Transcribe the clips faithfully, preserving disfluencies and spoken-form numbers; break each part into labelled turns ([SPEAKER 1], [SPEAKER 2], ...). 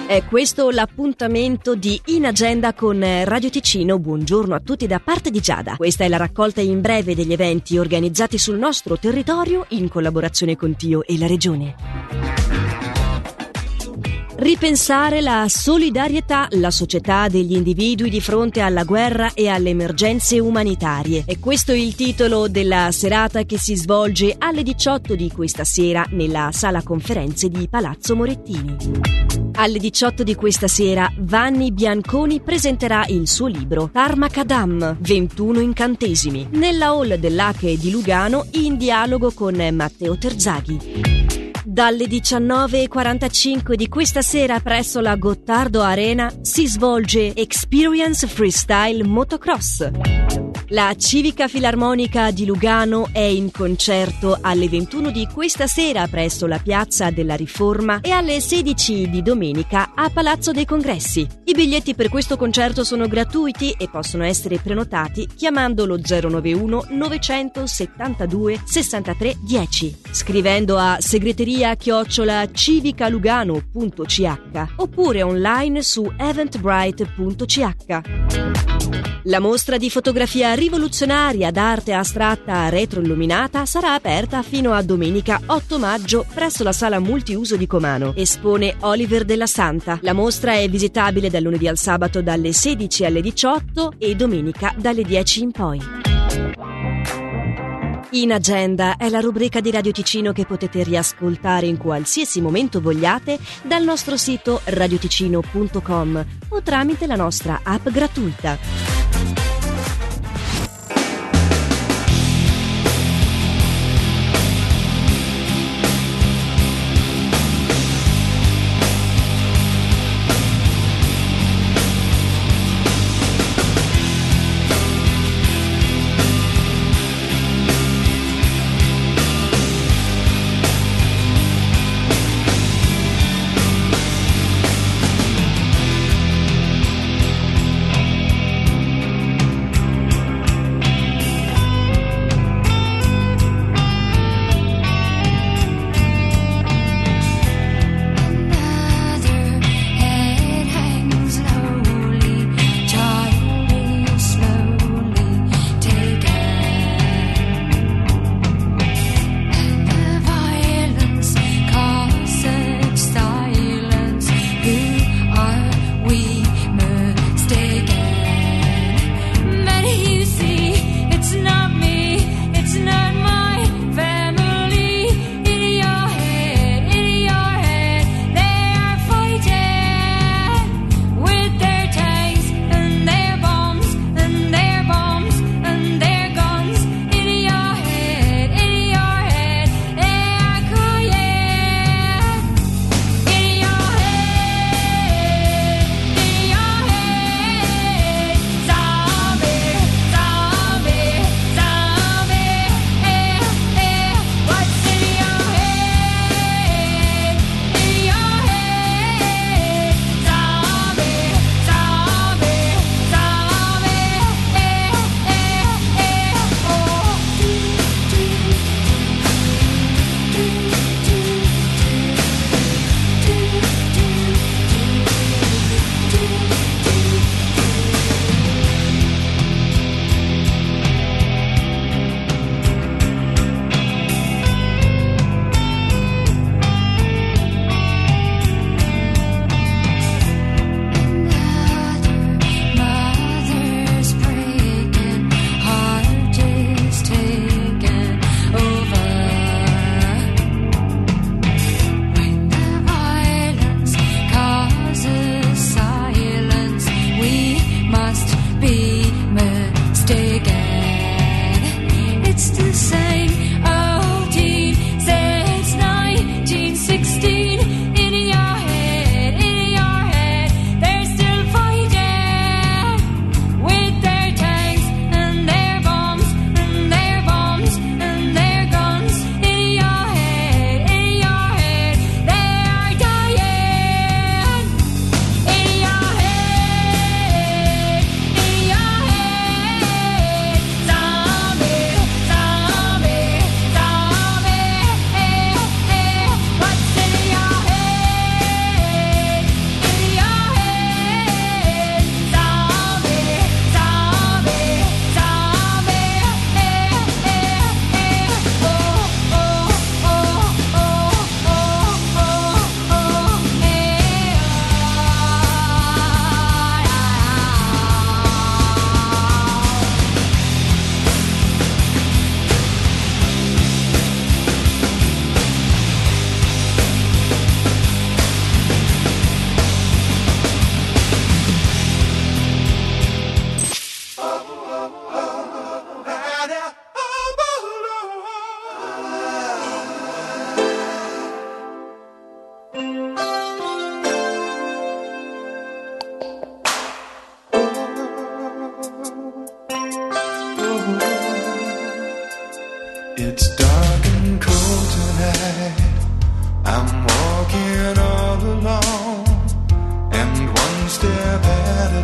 [SPEAKER 1] È questo l'appuntamento di In Agenda con Radio Ticino. Buongiorno a tutti da parte di Giada. Questa è la raccolta in breve degli eventi organizzati sul nostro territorio in collaborazione con Tio e la Regione. Ripensare la solidarietà, la società degli individui di fronte alla guerra e alle emergenze umanitarie. E questo è il titolo della serata che si svolge alle diciotto di questa sera nella sala conferenze di Palazzo Morettini. Alle diciotto di questa sera Vanni Bianconi presenterà il suo libro Tarmacadam, ventuno incantesimi, nella hall dell'A C E di Lugano in dialogo con Matteo Terzaghi. Dalle diciannove e quarantacinque di questa sera presso la Gottardo Arena si svolge Experience Freestyle Motocross. La Civica Filarmonica di Lugano è in concerto alle ventuno di questa sera presso la Piazza della Riforma e alle sedici di domenica a Palazzo dei Congressi. I biglietti per questo concerto sono gratuiti e possono essere prenotati chiamando lo zero nove uno novecentosettantadue sessantatré dieci, scrivendo a segreteria chiocciola civicalugano punto c h oppure online su eventbrite punto c h. La mostra di fotografia rivoluzionaria d'arte astratta retroilluminata sarà aperta fino a domenica otto maggio presso la sala multiuso di Comano. Espone Oliver della Santa. La mostra è visitabile dal lunedì al sabato dalle sedici alle diciotto e domenica dalle dieci in poi. In Agenda è la rubrica di Radio Ticino che potete riascoltare in qualsiasi momento vogliate dal nostro sito radioticino punto com o tramite la nostra app gratuita.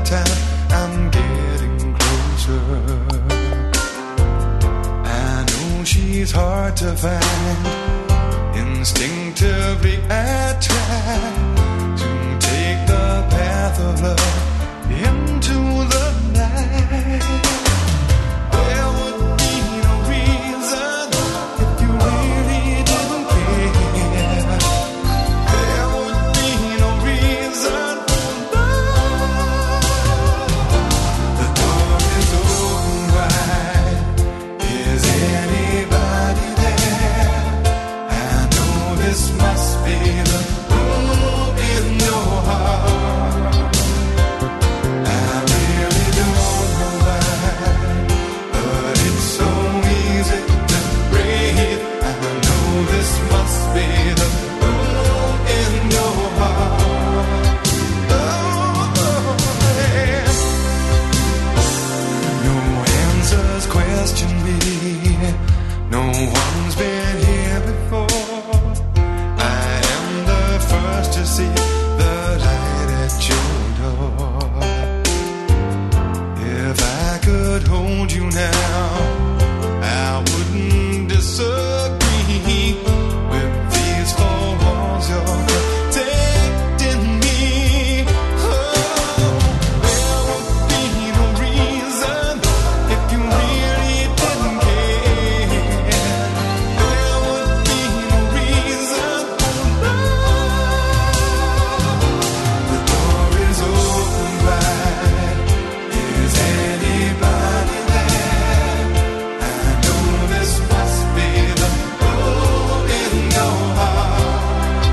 [SPEAKER 2] that time I'm getting closer. I know she's hard to find. Instinctively I try to take the path of love into the night. There would be no reason if you really didn't care. There would be no reason for love. The door is open wide. Is anybody there? I know this must be the room in your heart.